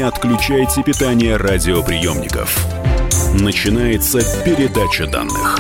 отключайте питание радиоприемников. Начинается передача данных.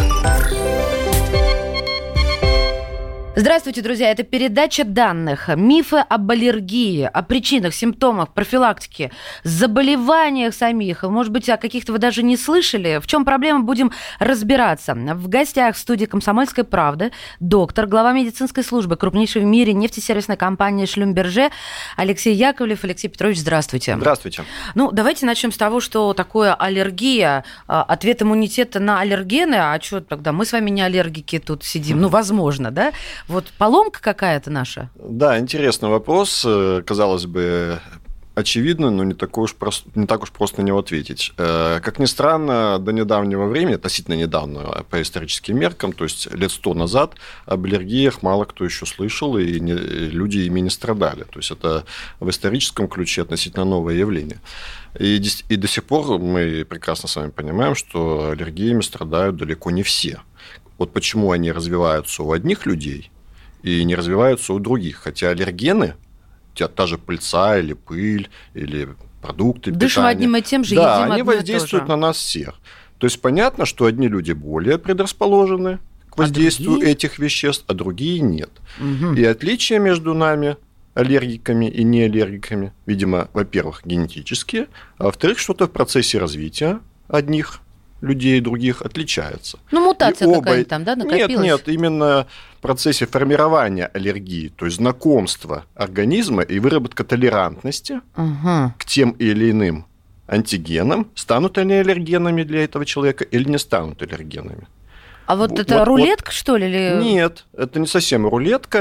Здравствуйте, друзья. Это передача данных. Мифы об аллергии, о причинах, симптомах, профилактике, заболеваниях самих. Может быть, о каких-то вы даже не слышали. В чем проблема, будем разбираться. В гостях в студии «Комсомольской правды» доктор, глава медицинской службы крупнейшей в мире нефтесервисной компании «Шлюмберже» Алексей Яковлев. Алексей Петрович, здравствуйте. Здравствуйте. Давайте начнем с того, что такое аллергия. Ответ иммунитета на аллергены. А что тогда? Мы с вами не аллергики тут сидим. Возможно, да? Вот поломка какая-то наша? Да, интересный вопрос. Казалось бы, очевидно, но не так уж просто на него ответить. Как ни странно, до недавнего времени, относительно недавно по историческим меркам, то есть лет 100 назад, об аллергиях мало кто еще слышал, и люди ими не страдали. То есть это в историческом ключе относительно новое явление. И до сих пор мы прекрасно с вами понимаем, что аллергиями страдают далеко не все. Вот почему они развиваются у одних людей и не развиваются у других. Хотя аллергены, та же пыльца или пыль, или продукты питания... Дышим одним и тем же, едим одно и то же. Да, они воздействуют на нас всех. То есть понятно, что одни люди более предрасположены к воздействию этих веществ, а другие нет. Угу. И отличия между нами, аллергиками и неаллергиками, видимо, во-первых, генетические, а во-вторых, что-то в процессе развития одних людей и других отличается. Мутация какая-то там, да, накопилась? Нет, именно в процессе формирования аллергии, то есть знакомства организма и выработка толерантности к тем или иным антигенам, станут они аллергенами для этого человека или не станут аллергенами. А это рулетка, что ли? Или... Нет, это не совсем рулетка,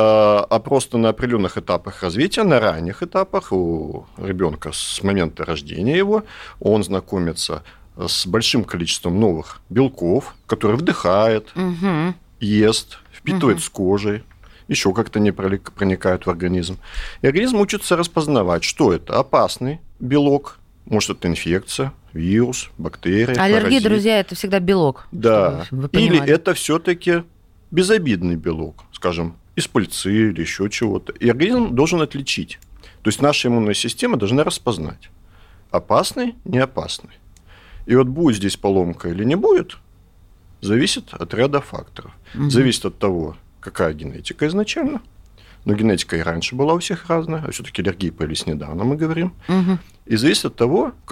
а просто на определенных этапах развития, на ранних этапах у ребенка с момента рождения его, он знакомится с большим количеством новых белков, которые вдыхает, ест, впитывает с кожей, еще как-то не проникают в организм. И организм учится распознавать, что это опасный белок, может, это инфекция, вирус, бактерия, аллергия, паразит. Друзья, это всегда белок. Да. Или это все-таки безобидный белок, скажем, из пыльцы или еще чего-то. И организм должен отличить. То есть наша иммунная система должна распознать, опасный, не опасный. И вот будет здесь поломка или не будет, зависит от ряда факторов. Зависит от того, какая генетика изначально. Но генетика и раньше была у всех разная, а все-таки аллергии появились недавно, мы говорим. И зависит от того, в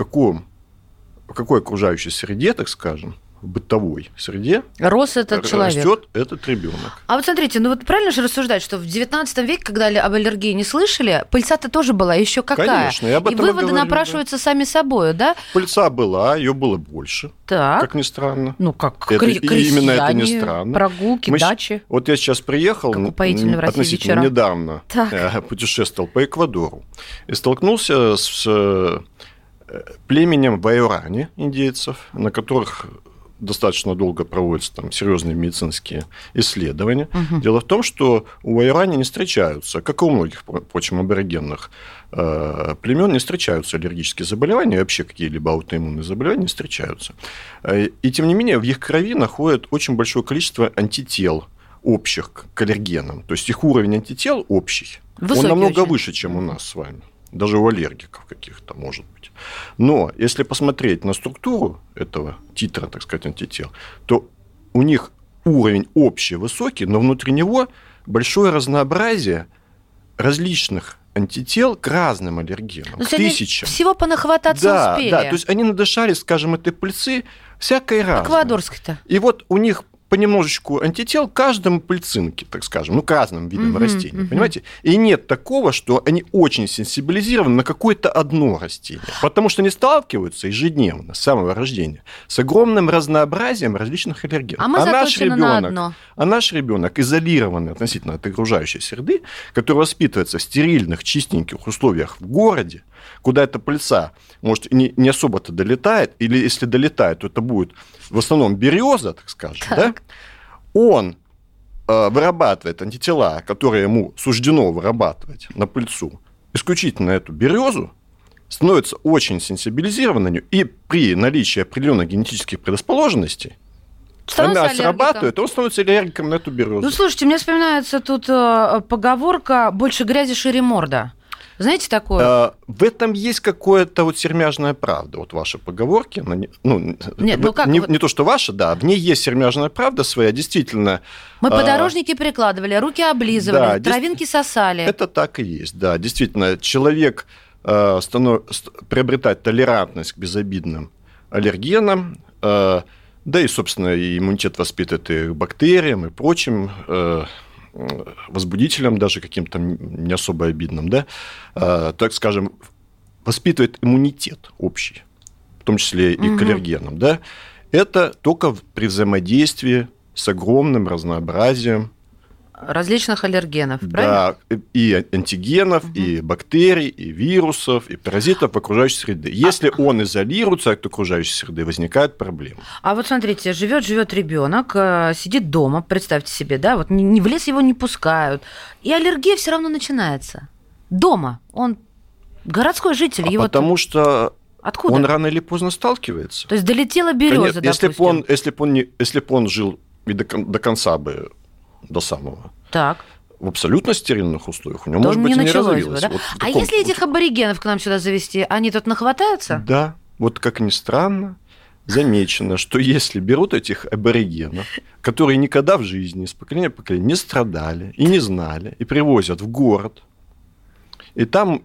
какой окружающей среде, так скажем, в бытовой среде растет этот ребенок. А вот смотрите, правильно же рассуждать, что в 19 веке, когда об аллергии не слышали, пыльца-то тоже была еще какая. Конечно, я об этом и выводы напрашиваются сами собой, да? Пыльца была, ее было больше, как ни странно. Именно это не странно. Прогулки, дачи. Вот я сейчас приехал, относительно недавно путешествовал по Эквадору и столкнулся с племенем вайорани индейцев, на которых достаточно долго проводятся там серьезные медицинские исследования. Дело в том, что у вайорани не встречаются, как и у многих, впрочем, аборигенных племен, не встречаются аллергические заболевания, вообще какие-либо аутоиммунные заболевания не встречаются. И тем не менее в их крови находят очень большое количество антител общих к аллергенам. То есть их уровень антител общий, он намного выше, чем у нас с вами. Даже у аллергиков каких-то, может быть. Но если посмотреть на структуру этого титра, так сказать, антител, то у них уровень общий высокий, но внутри него большое разнообразие различных антител к разным аллергенам, к тысячам. Всего понахвататься успели. Да, то есть они надышались, скажем, этой пыльцы всякой разной. Эквадорской-то. И вот у них понемножечку антител к каждому пыльцинке, так скажем, к разным видам растений, понимаете? И нет такого, что они очень сенсибилизированы на какое-то одно растение, потому что они сталкиваются ежедневно с самого рождения с огромным разнообразием различных аллергенов. А наш ребенок изолированный относительно от окружающей среды, который воспитывается в стерильных, чистеньких условиях в городе, куда эта пыльца, может, не особо-то долетает, или если долетает, то это будет в основном береза, так скажем, да? Он вырабатывает антитела, которые ему суждено вырабатывать на пыльцу, исключительно эту березу, становится очень сенсибилизированным, и при наличии определенных генетических предрасположенностей она срабатывает, он становится аллергиком на эту березу. Слушайте, мне вспоминается тут поговорка «больше грязи, шире морда». Знаете такое? В этом есть какая-то вот сермяжная правда, вот ваши поговорки. Не то, что ваша, да, в ней есть сермяжная правда своя, действительно. Мы подорожники прикладывали, руки облизывали, да, травинки сосали. Это так и есть, да. Действительно, человек приобретает толерантность к безобидным аллергенам, да и, собственно, и иммунитет воспитывает и к бактериям, и прочим возбудителям, даже каким-то не особо обидным, да, так скажем, воспитывает иммунитет общий, в том числе и к аллергенам, да. Это только при взаимодействии с огромным разнообразием различных аллергенов, правильно? Да, и антигенов, и бактерий, и вирусов, и паразитов в окружающей среде. Если он изолируется от окружающей среды, возникают проблемы. А вот смотрите, живет ребенок, сидит дома, представьте себе, да, вот не в лес его не пускают, и аллергия все равно начинается. Дома. Он городской житель. Потому что откуда? Он рано или поздно сталкивается. То есть долетела береза, допустим. Если бы он жил и до конца бы, до самого, так, в абсолютно стерильных условиях, у него, может быть, и не развилось. Да? Вот а если этих аборигенов к нам сюда завести, они тут нахватаются? Да, вот как ни странно, замечено, что если берут этих аборигенов, которые никогда в жизни, из поколения в поколение, не страдали и не знали, и привозят в город, и там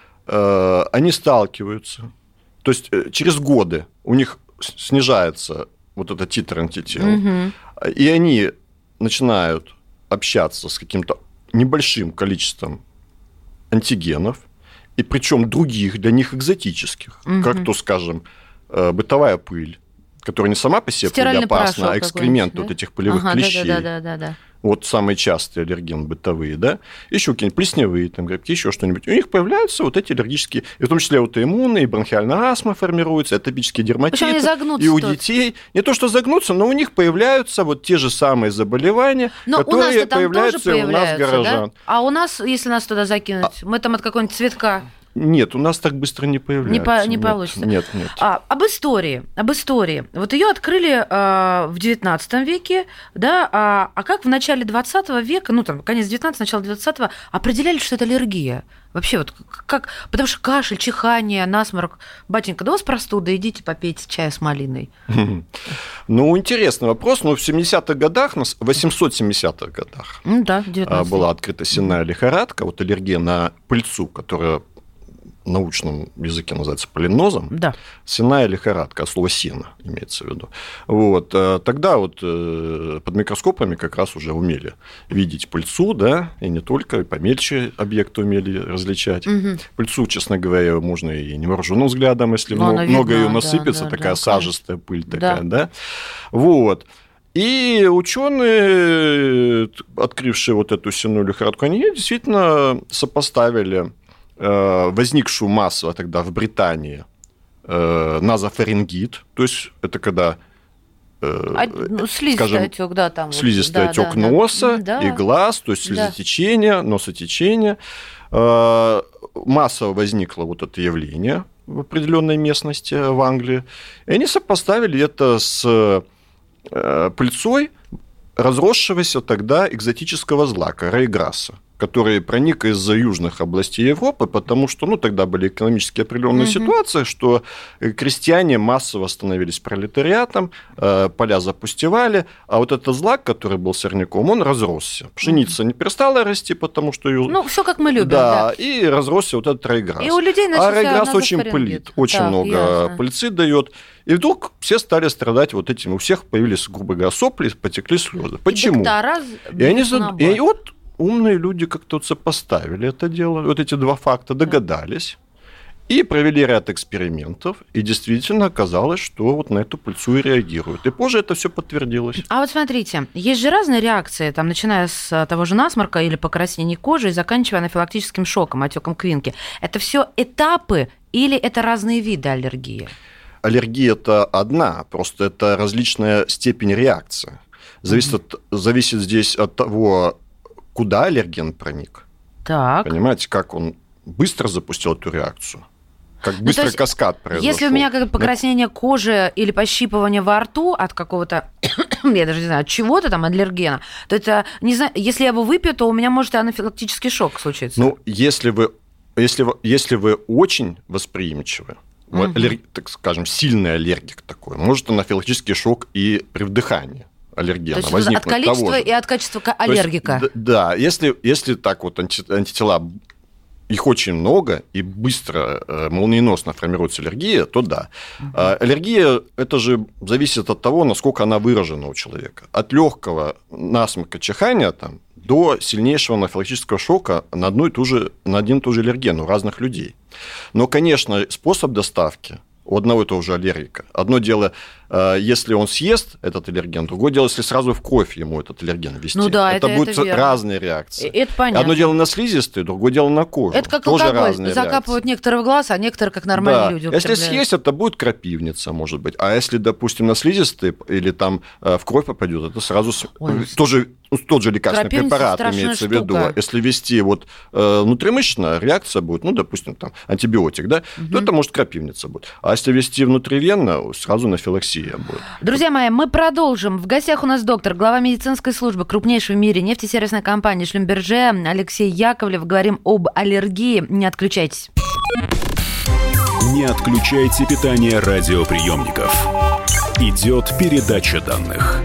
они сталкиваются, то есть через годы у них снижается вот этот титр антител, и они начинают общаться с каким-то небольшим количеством антигенов, и причем других, для них экзотических, как то, скажем, бытовая пыль, которая не сама по себе опасна, а экскремент вот этих пылевых клещей. Да. Вот самые частые аллергены бытовые, да, еще какие-нибудь плесневые, там, грибки, еще что-нибудь. У них появляются вот эти аллергические, и в том числе аутоиммунные, и бронхиальная астма формируется, атопические дерматиты. И у детей, не то что загнутся, но у них появляются вот те же самые заболевания, которые появляются и у нас, горожан. Да? А у нас, если нас туда закинуть, мы там от какого-нибудь цветка... Нет, у нас так быстро не появляется. Не получится. Нет. Об истории. Вот ее открыли в XIX веке, да, а как в начале XX века, ну, там, конец XIX, начало XX, определяли, что это аллергия? Вообще, вот как... Потому что кашель, чихание, насморк. Батенька, да у вас простуда, идите попейте чая с малиной. Ну, интересный вопрос. Но в 70-х годах, в 870-х годах была открыта сенная лихорадка, вот аллергия на пыльцу, которая в научном языке называется полинозом. Да. Сенная лихорадка, от слова сено имеется в виду. Вот. Тогда вот под микроскопами как раз уже умели видеть пыльцу, да, и не только, и помельче объекты умели различать. Пыльцу, честно говоря, можно и невооруженным взглядом, если много ее насыпется, такая сажистая пыль такая, да. Вот. И ученые, открывшие вот эту сенную лихорадку, они действительно сопоставили возникшую массово тогда в Британии назофарингит, то есть это когда слизистый отек, да, там слизистый отек носа и глаз, то есть слезотечение, носотечение. Массово возникло вот это явление в определенной местности в Англии, и они сопоставили это с пыльцой разросшегося тогда экзотического злака рейграсса, который проник из южных областей Европы, потому что тогда были экономически определенные ситуации, что крестьяне массово становились пролетариатом, поля запустевали, а вот этот злак, который был сорняком, он разросся. Пшеница не перестала расти, потому что ее... Ну, все как мы любим. Да, и разросся вот этот рейграсс. И у людей а рейграсс очень пылит, очень много пыльцы дает. И вдруг все стали страдать вот этим. У всех появились, грубо говоря, сопли, потекли слезы. Почему? И вот умные люди как-то вот сопоставили это дело, вот эти два факта, догадались, и провели ряд экспериментов, и действительно оказалось, что вот на эту пыльцу и реагируют. И позже это все подтвердилось. А вот смотрите, есть же разные реакции, там, начиная с того же насморка или покраснения кожи и заканчивая анафилактическим шоком, отеком квинки. Это все этапы или это разные виды аллергии? Аллергия – это одна, просто это различная степень реакции. Зависит здесь от того, куда аллерген проник. Так. Понимаете, как он быстро запустил эту реакцию? Как быстро каскад произошел. Если у меня как покраснение кожи или пощипывание во рту от какого-то, я даже не знаю, от чего-то там, аллергена, то это, не знаю, если я его выпью, то у меня может и анафилактический шок случиться. Ну, если вы если вы очень восприимчивы, так скажем, сильный аллергик такой, может анафилактический шок и при вдыхании аллергена возникнуть. То есть от количества и от качества аллергика. То есть, да, если так вот антитела, их очень много, и быстро, молниеносно формируется аллергия, то да. Аллергия, это же зависит от того, насколько она выражена у человека. От легкого насморка, чихания там, до сильнейшего анафилактического шока на один и тот же аллерген у разных людей. Но, конечно, способ доставки у одного и того же аллергика. Одно дело, если он съест этот аллерген, другое дело, если сразу в кровь ему этот аллерген ввести. Ну да, это будут верно. разные реакции. Это понятно. Одно дело на слизистые, другое дело на кожу. Это как тоже алкоголь. разные Закапывают реакции. некоторые в глаз, а некоторые, как нормальные люди, употребляют. Если съесть, это будет крапивница, может быть. А если, допустим, на слизистые или там в кровь попадет, это сразу тот же лекарственный препарат имеется в виду. Если ввести внутримышечно, реакция будет, допустим, там антибиотик, да, то это может крапивница будет. А если ввести внутривенно, сразу анафилаксия будет. Друзья мои, мы продолжим. В гостях у нас доктор, глава медицинской службы крупнейшей в мире нефтесервисной компании Шлюмберже Алексей Яковлев. Говорим об аллергии. Не отключайтесь. Не отключайте питание радиоприемников. Идет передача данных.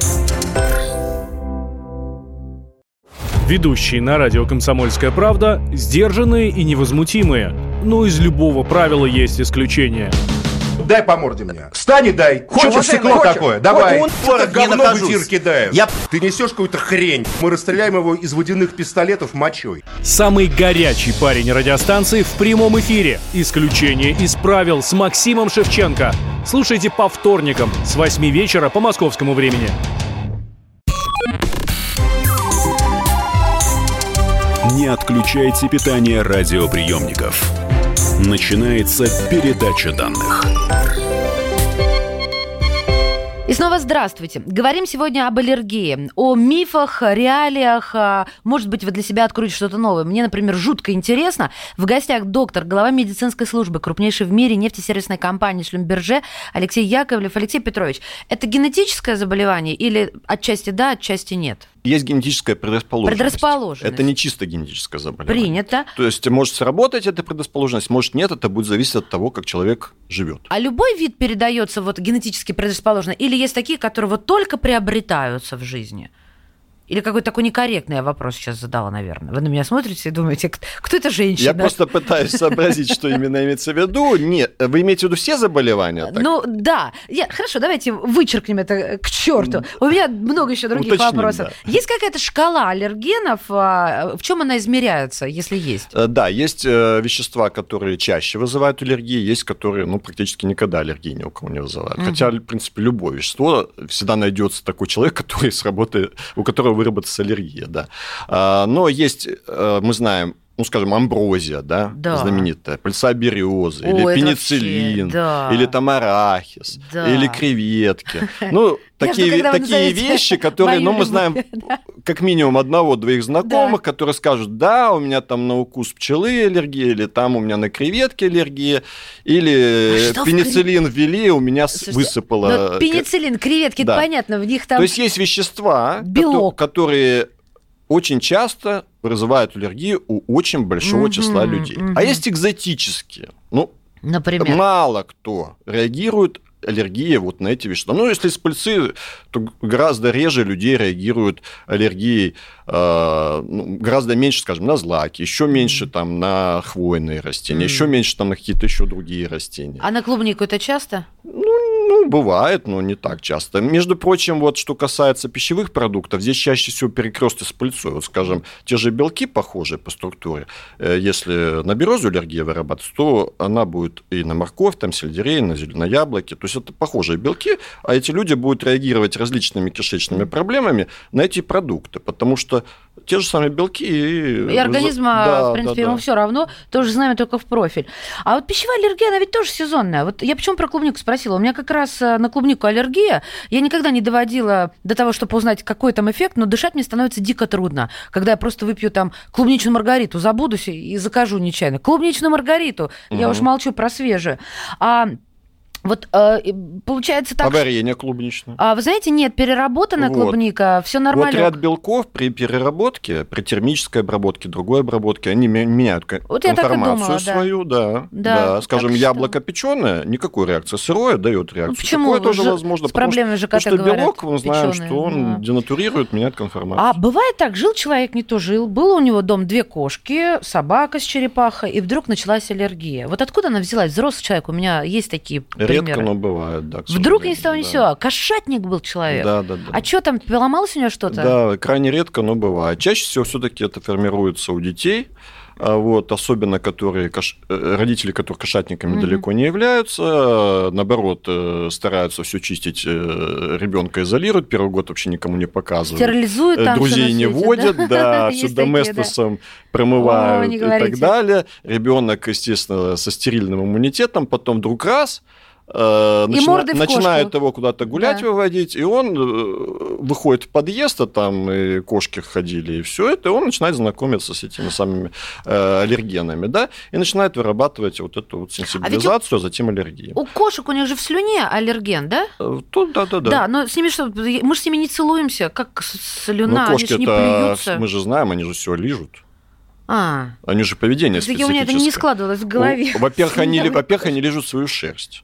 Ведущие на радио «Комсомольская правда» сдержанные и невозмутимые. Но из любого правила есть исключение. Дай по морде мне. Встань и дай. Хочешь стекло такое? Давай. Это говно в эфир кидаешь. Ты несешь какую-то хрень. Мы расстреляем его из водяных пистолетов мочой. Самый горячий парень радиостанции в прямом эфире. Исключение из правил с Максимом Шевченко. Слушайте по вторникам с 8 вечера по московскому времени. Не отключайте питание радиоприемников. Начинается передача данных. И снова здравствуйте. Говорим сегодня об аллергии, о мифах, реалиях. Может быть, вы для себя откроете что-то новое. Мне, например, жутко интересно. В гостях доктор, глава медицинской службы крупнейшей в мире нефтесервисной компании Шлюмберже Алексей Яковлев. Алексей Петрович, это генетическое заболевание или отчасти да, отчасти нет? Есть генетическая предрасположенность. Предрасположенность. Это не чисто генетическое заболевание. Принято. То есть может сработать эта предрасположенность, может нет, это будет зависеть от того, как человек живет. А любой вид передается генетически предрасположенно? Или есть такие, которые только приобретаются в жизни? Или какой-то такой некорректный я вопрос сейчас задала, наверное. Вы на меня смотрите и думаете, кто эта женщина? Я просто пытаюсь сообразить, что именно имеется в виду. Нет, вы имеете в виду все заболевания? Так? Ну, да. Хорошо, давайте вычеркнем это к черту. У меня много еще других вопросов. Да. Есть какая-то шкала аллергенов? В чем она измеряется, если есть? Да, есть вещества, которые чаще вызывают аллергии, есть, которые практически никогда аллергии ни у кого не вызывают. Хотя, в принципе, любое вещество, всегда найдется такой человек, который у которого выработается аллергия, да. Но есть, мы знаем, скажем, амброзия, да. Знаменитая, пыльцабериоза, или пенициллин, вообще, или там арахис, или креветки. Такие вещи, которые, мы знаем как минимум одного-двоих знакомых, которые скажут, да, у меня там на укус пчелы аллергия, или там у меня на креветки аллергия, или пенициллин ввели, у меня высыпало... Пенициллин, креветки, это понятно, в них там... То есть есть вещества, которые очень часто вызывают аллергию у очень большого числа людей. А есть экзотические. Например? Мало кто реагирует аллергия на эти вещества. Если с пыльцы, то гораздо реже людей реагируют аллергией, гораздо меньше, скажем, на злаки, еще меньше там на хвойные растения, еще меньше там на какие-то еще другие растения. А на клубнику это часто? Бывает, но не так часто. Между прочим, что касается пищевых продуктов, здесь чаще всего перекрестки с пыльцой. Скажем, те же белки похожие по структуре. Если на березу аллергия вырабатывается, то она будет и на морковь, там, сельдерей, на яблоки. То есть это похожие белки, а эти люди будут реагировать различными кишечными проблемами на эти продукты, потому что те же самые белки... И организм, в принципе, ему все равно, тоже знаем только в профиль. А пищевая аллергия, она ведь тоже сезонная. Я почему про клубнику спросила? У меня как раз на клубнику аллергия. Я никогда не доводила до того, чтобы узнать, какой там эффект, но дышать мне становится дико трудно. Когда я просто выпью там клубничную маргариту, забудусь и закажу нечаянно. Клубничную маргариту. Я уж молчу про свежую. Вот получается так... Варенье клубничное. Вы знаете, нет, переработанная клубника, все нормально. Вот ряд белков при переработке, при термической обработке, другой обработке, они меняют информацию свою. Да. Скажем, яблоко печеное, никакой реакции. Сырое дает реакцию. Почему? Такое тоже возможно. С проблемами ЖКТ потому что белок, мы знаем, печеные, что он денатурирует, меняет конформацию. А бывает так, жил человек, не то жил, было у него дом 2 кошки, собака с черепахой, и вдруг началась аллергия. Вот откуда она взялась? Взрослый человек, у меня есть такие примеры. Редко, но бывает, да. Вдруг ни с того ни с сего. Кошатник был человек. Да. А что там, поломалось у него что-то? Да, крайне редко, но бывает. Чаще всего все-таки это формируется у детей, особенно родители, которые кошатниками далеко не являются, наоборот, стараются все чистить, ребенка изолируют, первый год вообще никому не показывают. Стерилизуют там друзей не водят, все доместосом промывают и так далее. Ребенок, естественно, со стерильным иммунитетом, потом вдруг раз начинают его куда-то гулять, выводить, и он выходит в подъезд, а там и кошки ходили, и все это, и он начинает знакомиться с этими самыми аллергенами, да, и начинает вырабатывать вот эту вот сенсибилизацию, а затем аллергию. У кошек у них же в слюне аллерген, да? Да. Да, но с ними что, мы же с ними не целуемся, как слюна, они же не плюются. Мы же знаем, они же все лижут. Они же поведение специфическое. У меня это не складывалось в голове. Во-первых, они лижут свою шерсть.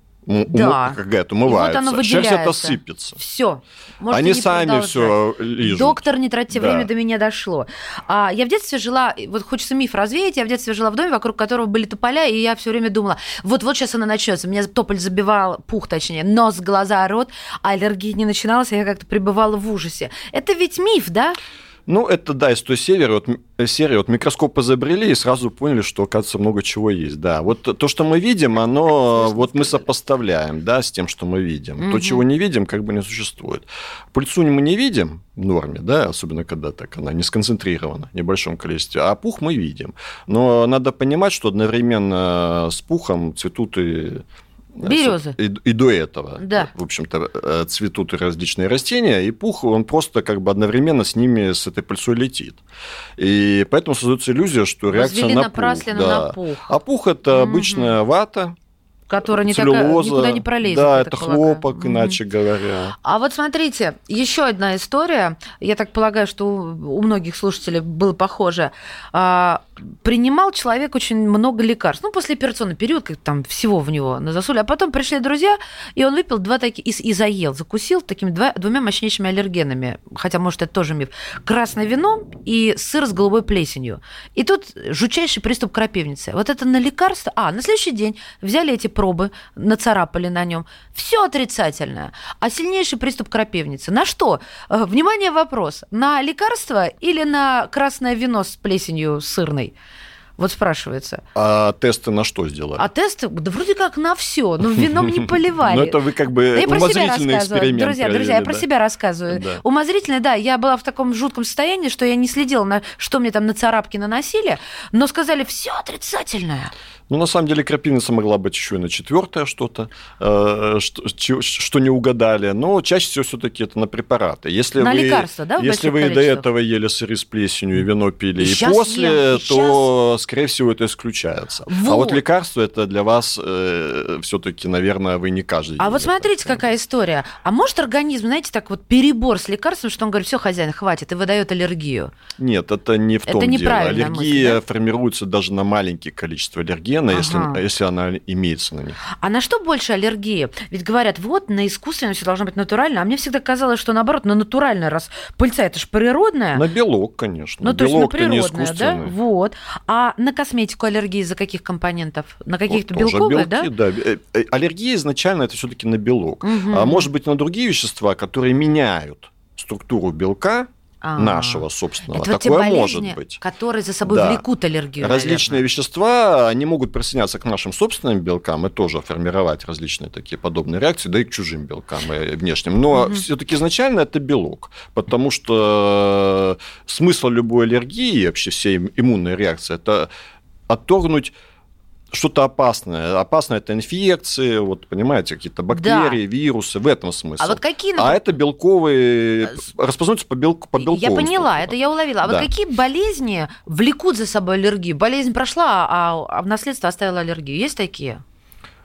Какая-то умывается. Вот шерсть это сыпется. Все. Они сами все лижут. Доктор, не тратьте время, до меня дошло. Я в детстве жила, вот хочется миф развеять, я в детстве жила в доме, вокруг которого были тополя, и я все время думала, вот сейчас она начнется. Меня тополь забивал, пух точнее, нос, глаза, рот, а аллергия не начиналась, и я как-то пребывала в ужасе. Это ведь миф, да? Это, да, из той серии, микроскоп изобрели и сразу поняли, что, оказывается, много чего есть, да. Вот то, что мы видим, мы сопоставляем, да, с тем, что мы видим. То, чего не видим, как бы не существует. Пыльцу мы не видим в норме, да, особенно когда так она не сконцентрирована в небольшом количестве, а пух мы видим. Но надо понимать, что одновременно с пухом цветут и... Березы. И до этого, да. В общем-то, цветут и различные растения, и пух, он просто как бы одновременно с ними, с этой пыльцой летит. И поэтому создается иллюзия, что реакция на пух. На пух. А пух – это обычная вата, которая целлюлоза, никуда не пролезет. Да, это хлопок, иначе говоря. А вот смотрите, еще одна история. Я так полагаю, что у многих слушателей было похоже. Принимал человек очень много лекарств. Послеоперационный период, как там всего в него засули. А потом пришли друзья, и он выпил 2 таких и заел, закусил такими 2 мощнейшими аллергенами. Хотя, может, это тоже миф. Красное вино и сыр с голубой плесенью. И тут жутчайший приступ крапивницы. Вот это на лекарство. На следующий день взяли эти пробы, нацарапали на нем. Все отрицательное. А сильнейший приступ крапивницы. На что? Внимание, вопрос. На лекарство или на красное вино с плесенью сырной? Вот спрашивается. А тесты на что сделали? А тесты, да вроде как на все, но вином не поливали. Ну это вы как бы умозрительный эксперимент Друзья, я про себя рассказываю. Умозрительный, да, я была в таком жутком состоянии, что я не следила, что мне там на царапки наносили, но сказали, все отрицательное. На самом деле крапивница могла быть еще и на 4-е что-то, что не угадали, но чаще всего все-таки это на препараты. Если на вы, лекарства, да? Если вы до этого ели сыры с плесенью и вино пили, и после, то, скорее всего, это исключается. Вот. А вот лекарство это для вас все-таки, наверное, вы не каждый день. А вот смотрите, какая история. А может организм, знаете, так вот перебор с лекарством, что он говорит, все, хозяин, хватит, и выдает аллергию? Нет, это не в том дело. Аллергия формируется даже на маленькие количества аллергии, если она имеется на них. А на что больше аллергии? Ведь говорят, на искусственном все должно быть натурально, а мне всегда казалось, что наоборот, на натуральное, раз пыльца это же природная. На белок, конечно. То есть на природное, да? Вот. А на косметику аллергии из-за каких компонентов? На каких-то белковые, белки, да? Аллергия изначально это все-таки на белок. А может быть на другие вещества, которые меняют структуру белка, нашего собственного. Это такое болезни, может быть. Которые за собой влекут аллергию. Различные вещества, они могут присоединяться к нашим собственным белкам и тоже формировать различные такие подобные реакции, да и к чужим белкам и внешним. Но все-таки изначально это белок, потому что смысл любой аллергии, вообще всей иммунной реакции, это отторгнуть что-то опасное. Опасное – это инфекции, понимаете, какие-то бактерии, вирусы, в этом смысл. А вот какие... А это белковые... Распознаются по белковым. Я поняла, это я уловила. А вот какие болезни влекут за собой аллергию? Болезнь прошла, а в наследство оставила аллергию. Есть такие?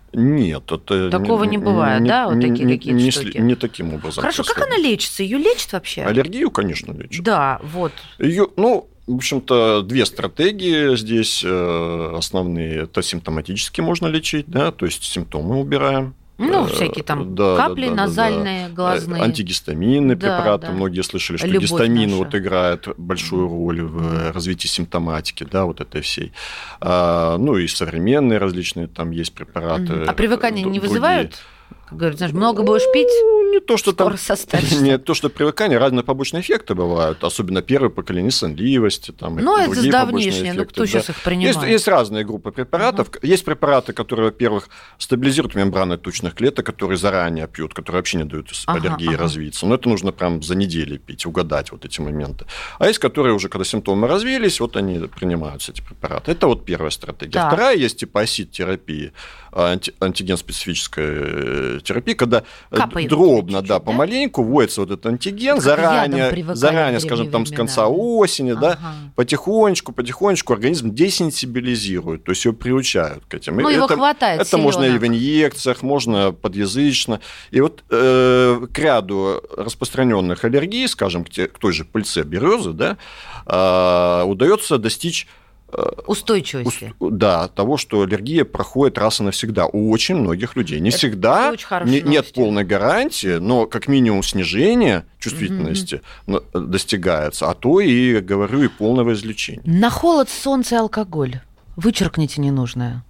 Нет, это... Такого не бывает, да? Вот такие какие-то штуки? Не таким образом. Хорошо, как она лечится? Ее лечат вообще? Аллергию, конечно, лечат. Да, вот. Ее, в общем-то, две стратегии здесь основные. Это симптоматически можно лечить, да, то есть симптомы убираем. Всякие там капли назальные, глазные. Антигистаминные препараты. Да. Многие слышали, что любовь гистамин наша. Играет большую роль в развитии симптоматики, да, вот этой всей. И современные различные там есть препараты. А привыкание не вызывают? Говорят, знаешь, много будешь пить, не то, что скоро там, состаришься. Не то, что привыкание, разные побочные эффекты бывают, особенно первое поколение сонливости. Там, это с давнишние, кто сейчас их принимает? Есть разные группы препаратов. Есть препараты, которые, во-первых, стабилизируют мембраны тучных клеток, которые заранее пьют, которые вообще не дают аллергии развиться. Но это нужно прям за неделю пить, угадать вот эти моменты. А есть, которые уже, когда симптомы развились, вот они принимаются, эти препараты. Это вот первая стратегия. Да. Вторая есть типа АСИД-терапия, антиген-специфическая терапия, когда дробно, помаленьку вводится вот этот антиген, заранее, скажем, там с конца осени, потихонечку организм десенсибилизирует, то есть его приучают к этим. Его хватает. Это можно и в инъекциях, можно подъязычно. И вот к ряду распространенных аллергий, скажем, к той же пыльце березы, удается достичь устойчивости. Того, что аллергия проходит раз и навсегда у очень многих людей. Не всегда, нет полной гарантии, но как минимум снижение чувствительности достигается, а то и, говорю, и полного излечения. На холод, солнце и алкоголь вычеркните ненужное.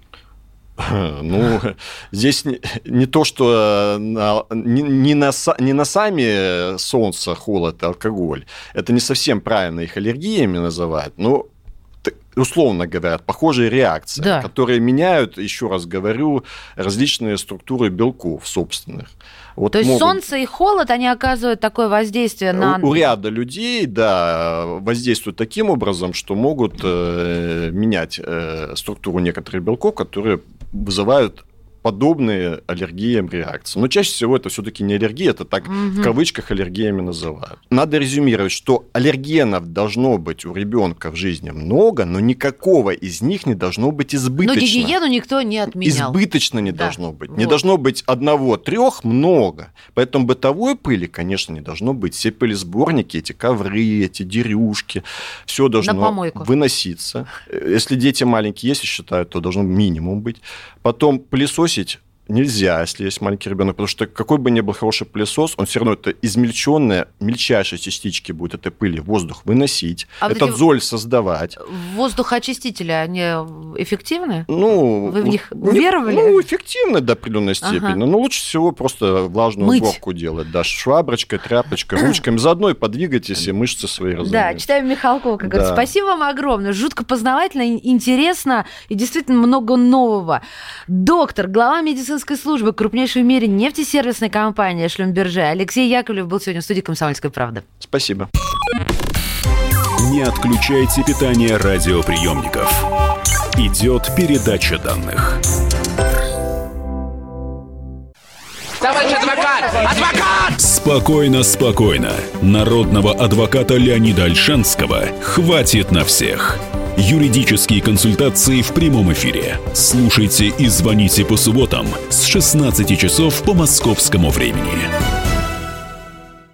Здесь не то, что не на сами солнце, холод и алкоголь. Это не совсем правильно их аллергиями называть, но условно говоря, похожие реакции, которые меняют, еще раз говорю, различные структуры белков собственных. То есть солнце и холод, они оказывают такое воздействие на... У ряда людей, воздействуют таким образом, что могут менять структуру некоторых белков, которые вызывают подобные аллергиям реакции. Но чаще всего это все-таки не аллергия, это так в кавычках аллергиями называют. Надо резюмировать, что аллергенов должно быть у ребенка в жизни много, но никакого из них не должно быть избыточно. Но гигиену никто не отменял. Избыточно не должно быть. Не должно быть 1-3 много. Поэтому бытовой пыли, конечно, не должно быть. Все пылесборники, эти ковры, эти дерюшки, все должно выноситься. Если дети маленькие есть, я считаю, то должно минимум быть. Потом пылесосить нельзя, если есть маленький ребенок, потому что какой бы ни был хороший пылесос, он все равно это измельченные, мельчайшие частички будет этой пыли в воздух выносить, этот золь создавать. Воздухоочистители, они эффективны? Вы в них уверовали? Эффективны до определенной степени, но лучше всего просто влажную уборку делать. Шваброчкой, тряпочкой, ручками. Заодно и подвигайтесь, и мышцы свои разогнать. Да, читаем Михалкова, как говорится. Спасибо вам огромное. Жутко познавательно, интересно и действительно много нового. Доктор, глава медицинской службы крупнейшей в мире нефтесервисной компании Шлюмберже Алексей Яковлев был сегодня в студии «Комсомольской правды». Спасибо. Не отключайте питание радиоприемников. Идет передача данных. Товарищ адвокат! Адвокат! Спокойно. Народного адвоката Леонида Ольшанского хватит на всех. Юридические консультации в прямом эфире. Слушайте и звоните по субботам с 16 часов по московскому времени.